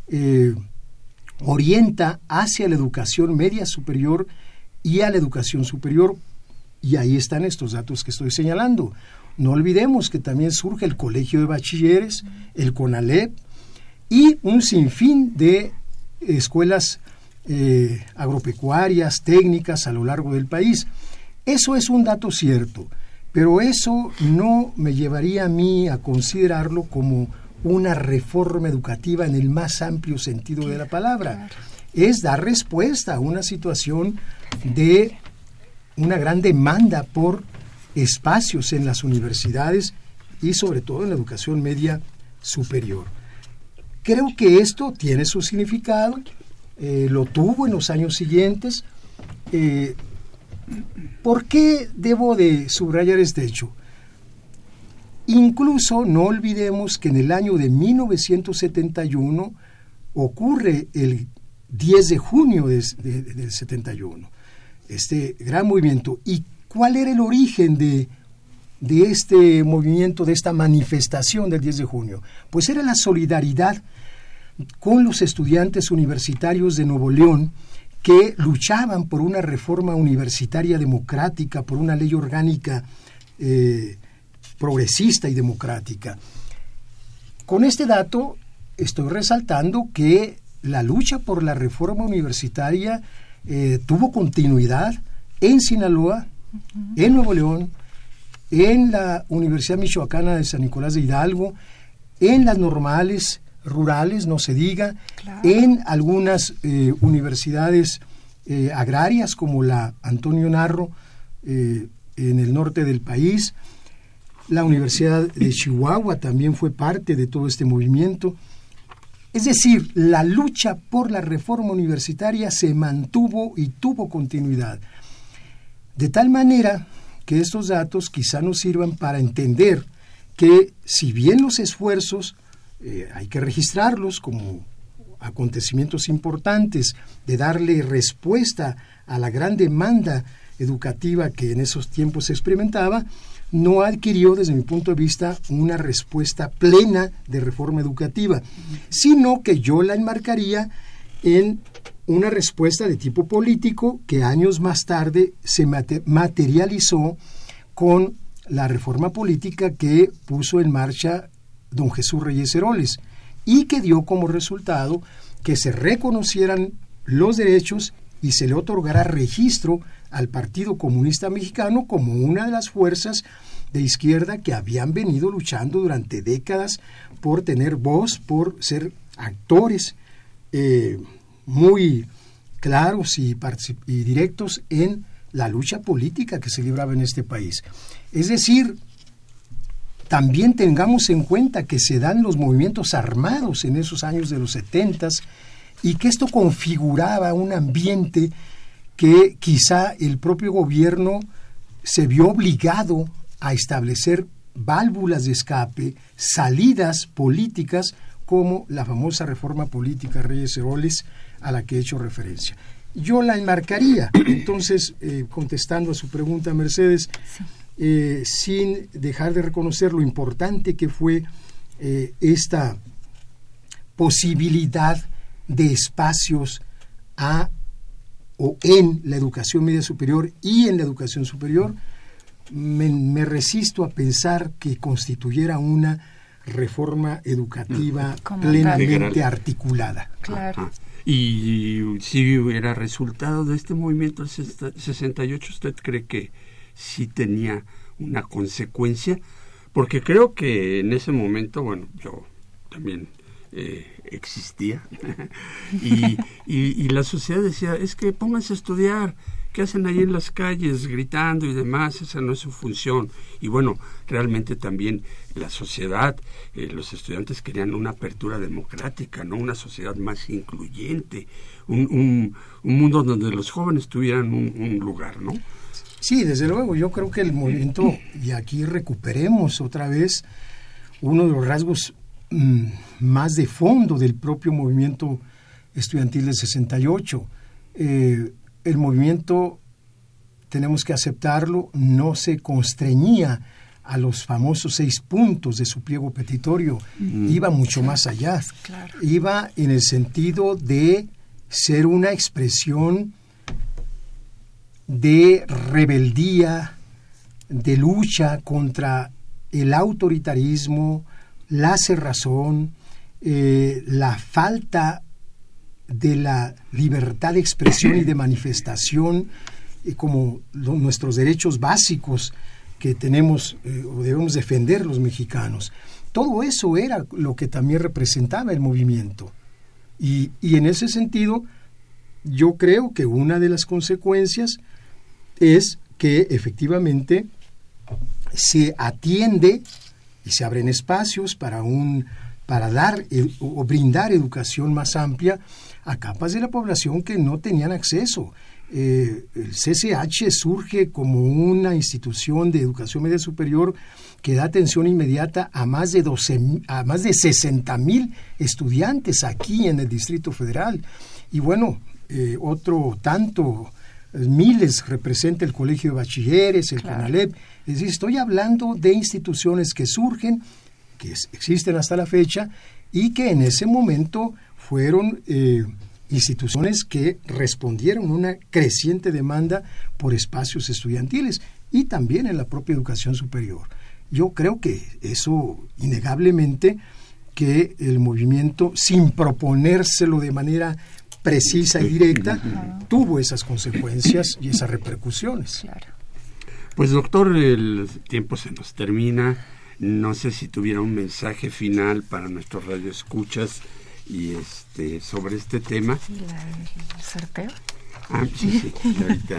orienta hacia la educación media superior y a la educación superior, y ahí están estos datos que estoy señalando. No olvidemos que también surge el Colegio de Bachilleres, el CONALEP y un sinfín de escuelas agropecuarias, técnicas a lo largo del país. Eso es un dato cierto, pero eso no me llevaría a mí a considerarlo como una reforma educativa en el más amplio sentido de la palabra. Es dar respuesta a una situación de una gran demanda por espacios en las universidades y sobre todo en la educación media superior. Creo que esto tiene su significado, lo tuvo en los años siguientes. ¿Por qué debo de subrayar este hecho? Incluso no olvidemos que en el año de 1971 ocurre el 10 de junio del 71, este gran movimiento. ¿Y cuál era el origen de este movimiento, de esta manifestación del 10 de junio? Pues era la solidaridad con los estudiantes universitarios de Nuevo León que luchaban por una reforma universitaria democrática, por una ley orgánica progresista y democrática. Con este dato estoy resaltando que la lucha por la reforma universitaria tuvo continuidad en Sinaloa, en Nuevo León, en la Universidad Michoacana de San Nicolás de Hidalgo, en las normales rurales, no se diga, en algunas universidades agrarias como la Antonio Narro en el norte del país. La Universidad de Chihuahua también fue parte de todo este movimiento. Es decir, la lucha por la reforma universitaria se mantuvo y tuvo continuidad. De tal manera que estos datos quizá nos sirvan para entender que si bien los esfuerzos hay que registrarlos como acontecimientos importantes de darle respuesta a la gran demanda educativa que en esos tiempos se experimentaba, no adquirió, desde mi punto de vista, una respuesta plena de reforma educativa, sino que yo la enmarcaría en una respuesta de tipo político que años más tarde se materializó con la reforma política que puso en marcha don Jesús Reyes Heroles y que dio como resultado que se reconocieran los derechos y se le otorgara registro al Partido Comunista Mexicano como una de las fuerzas de izquierda que habían venido luchando durante décadas por tener voz, por ser actores muy claros y directos en la lucha política que se libraba en este país. Es decir, también tengamos en cuenta que se dan los movimientos armados en esos años de los 70s y que esto configuraba un ambiente que quizá el propio gobierno se vio obligado a establecer válvulas de escape, salidas políticas como la famosa reforma política Reyes Heroles a la que he hecho referencia. Yo la enmarcaría, entonces, contestando a su pregunta, Mercedes, sin dejar de reconocer lo importante que fue esta posibilidad de espacios en la educación media superior y en la educación superior, me resisto a pensar que constituyera una reforma educativa plenamente articulada. Claro. Y si hubiera resultado de este movimiento del 68, ¿usted cree que sí tenía una consecuencia? Porque creo que en ese momento, bueno, yo también existía y la sociedad decía, es que pónganse a estudiar, ¿qué hacen ahí en las calles gritando y demás? Esa no es su función. Y bueno, realmente también la sociedad, los estudiantes querían una apertura democrática, ¿no? Una sociedad más incluyente, un mundo donde los jóvenes tuvieran un lugar, ¿no? Sí, desde luego, yo creo que el movimiento, y aquí recuperemos otra vez uno de los rasgos más de fondo del propio movimiento estudiantil del 68. El movimiento, tenemos que aceptarlo, no se constreñía a los famosos 6 puntos de su pliego petitorio, iba mucho más allá, iba en el sentido de ser una expresión de rebeldía, de lucha contra el autoritarismo, la cerrazón, la falta de la libertad de expresión y de manifestación como nuestros derechos básicos que tenemos o debemos defender los mexicanos. Todo eso era lo que también representaba el movimiento. Y en ese sentido, yo creo que una de las consecuencias es que efectivamente se atiende y se abren espacios para dar o brindar educación más amplia a capas de la población que no tenían acceso. El CCH surge como una institución de educación media superior que da atención inmediata a más de 60,000 estudiantes aquí en el Distrito Federal. Y bueno, otro tanto, miles representa el Colegio de Bachilleres, el CONALEP. Es decir, estoy hablando de instituciones que surgen, que existen hasta la fecha y que en ese momento fueron instituciones que respondieron a una creciente demanda por espacios estudiantiles y también en la propia educación superior. Yo creo que eso, innegablemente, que el movimiento, sin proponérselo de manera precisa y directa, tuvo esas consecuencias y esas repercusiones. Pues doctor, el tiempo se nos termina. No sé si tuviera un mensaje final para nuestros radioescuchas y sobre este tema. ¿El sorteo? Sí, ahorita.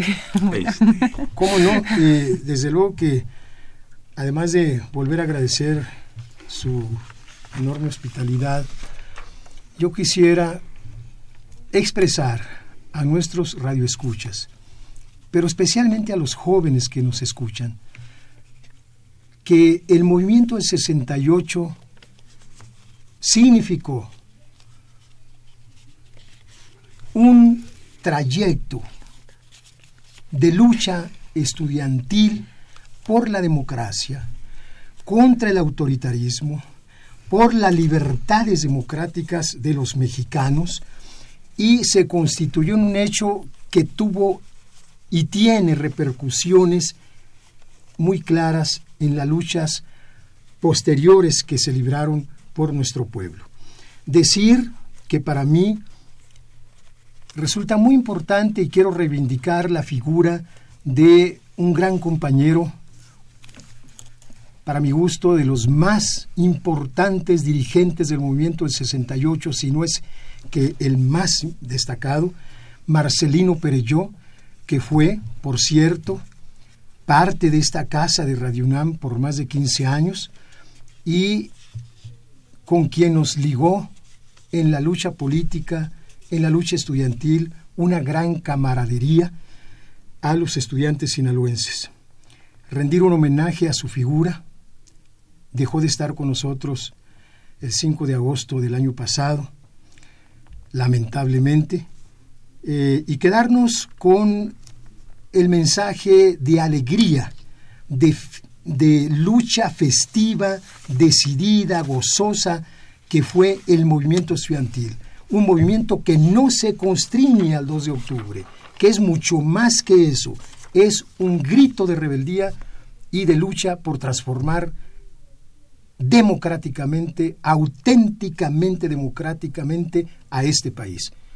¿Cómo no? Desde luego que, además de volver a agradecer su enorme hospitalidad, yo quisiera expresar a nuestros radioescuchas, pero especialmente a los jóvenes que nos escuchan, que el movimiento del 68 significó un trayecto de lucha estudiantil por la democracia, contra el autoritarismo, por las libertades democráticas de los mexicanos, y se constituyó en un hecho que tuvo y tiene repercusiones muy claras en las luchas posteriores que se libraron por nuestro pueblo. Decir que para mí resulta muy importante y quiero reivindicar la figura de un gran compañero, para mi gusto, de los más importantes dirigentes del movimiento del 68, si no es que el más destacado, Marcelino Perelló, que fue, por cierto, parte de esta casa de Radio UNAM por más de 15 años y con quien nos ligó en la lucha política, en la lucha estudiantil, una gran camaradería a los estudiantes sinaloenses. Rendir un homenaje a su figura. Dejó de estar con nosotros el 5 de agosto del año pasado, lamentablemente, y quedarnos con el mensaje de alegría, de lucha festiva, decidida, gozosa, que fue el movimiento estudiantil. Un movimiento que no se constriñe al 2 de octubre, que es mucho más que eso. Es un grito de rebeldía y de lucha por transformar democráticamente, auténticamente democráticamente a este país.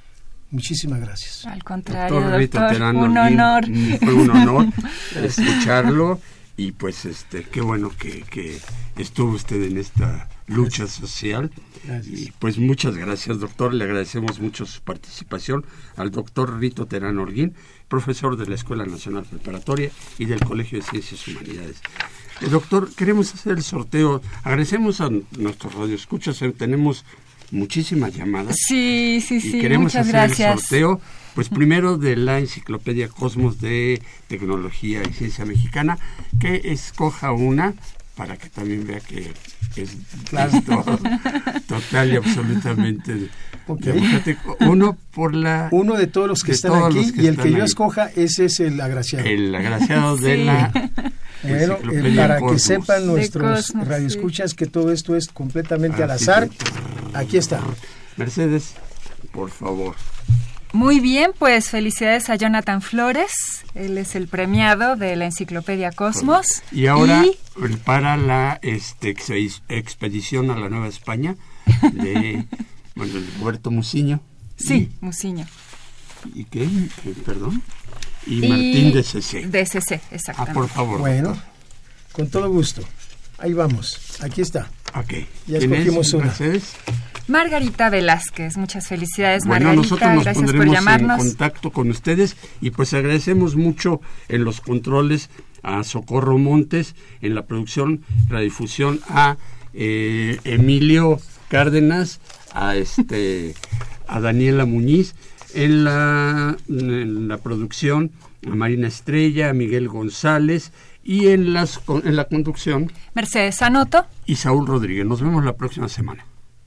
Muchísimas gracias. Al contrario, Doctor Rito Terán un Holguín, honor. fue un honor escucharlo y pues qué bueno que estuvo usted en esta lucha social. Gracias. Y pues muchas gracias, doctor. Le agradecemos mucho su participación al doctor Rito Terán Holguín, profesor de la Escuela Nacional Preparatoria y del Colegio de Ciencias Humanidades. Doctor, queremos hacer el sorteo. Agradecemos a nuestros radioescuchas. Tenemos muchísimas llamadas. Sí, y queremos muchas hacer gracias. el sorteo, pues primero de la Enciclopedia Cosmos de Tecnología y Ciencia Mexicana, que escoja una para que también vea que es total y absolutamente democrático. Uno de todos los que están aquí, y el que yo escoja, ese es el agraciado. El agraciado de la bueno, para que sepan nuestros radioescuchas que todo esto es completamente al azar. Aquí está. Mercedes, por favor. Muy bien, pues felicidades a Jonathan Flores. Él es el premiado de la Enciclopedia Cosmos. Y ahora, para la expedición a la Nueva España de Roberto Musiño. Sí, Musiño. ¿Y qué? Perdón. Y Martín de CC. De CC, exactamente. Por favor. Bueno, con todo gusto. Ahí vamos. Aquí está. Ok. Ya escogimos una. Mercedes? Margarita Velázquez, muchas felicidades, bueno, Margarita, nosotros nos gracias pondremos por llamarnos. en contacto con ustedes y pues agradecemos mucho en los controles a Socorro Montes, en la producción, radiodifusión a Emilio Cárdenas, a Daniela Muñiz, en la producción a Marina Estrella, a Miguel González y en la conducción Mercedes Sanoto y Saúl Rodríguez. Nos vemos la próxima semana.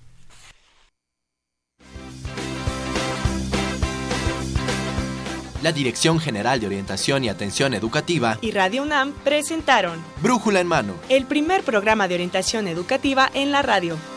La Dirección General de Orientación y Atención Educativa y Radio UNAM presentaron Brújula en Mano, el primer programa de orientación educativa en la radio.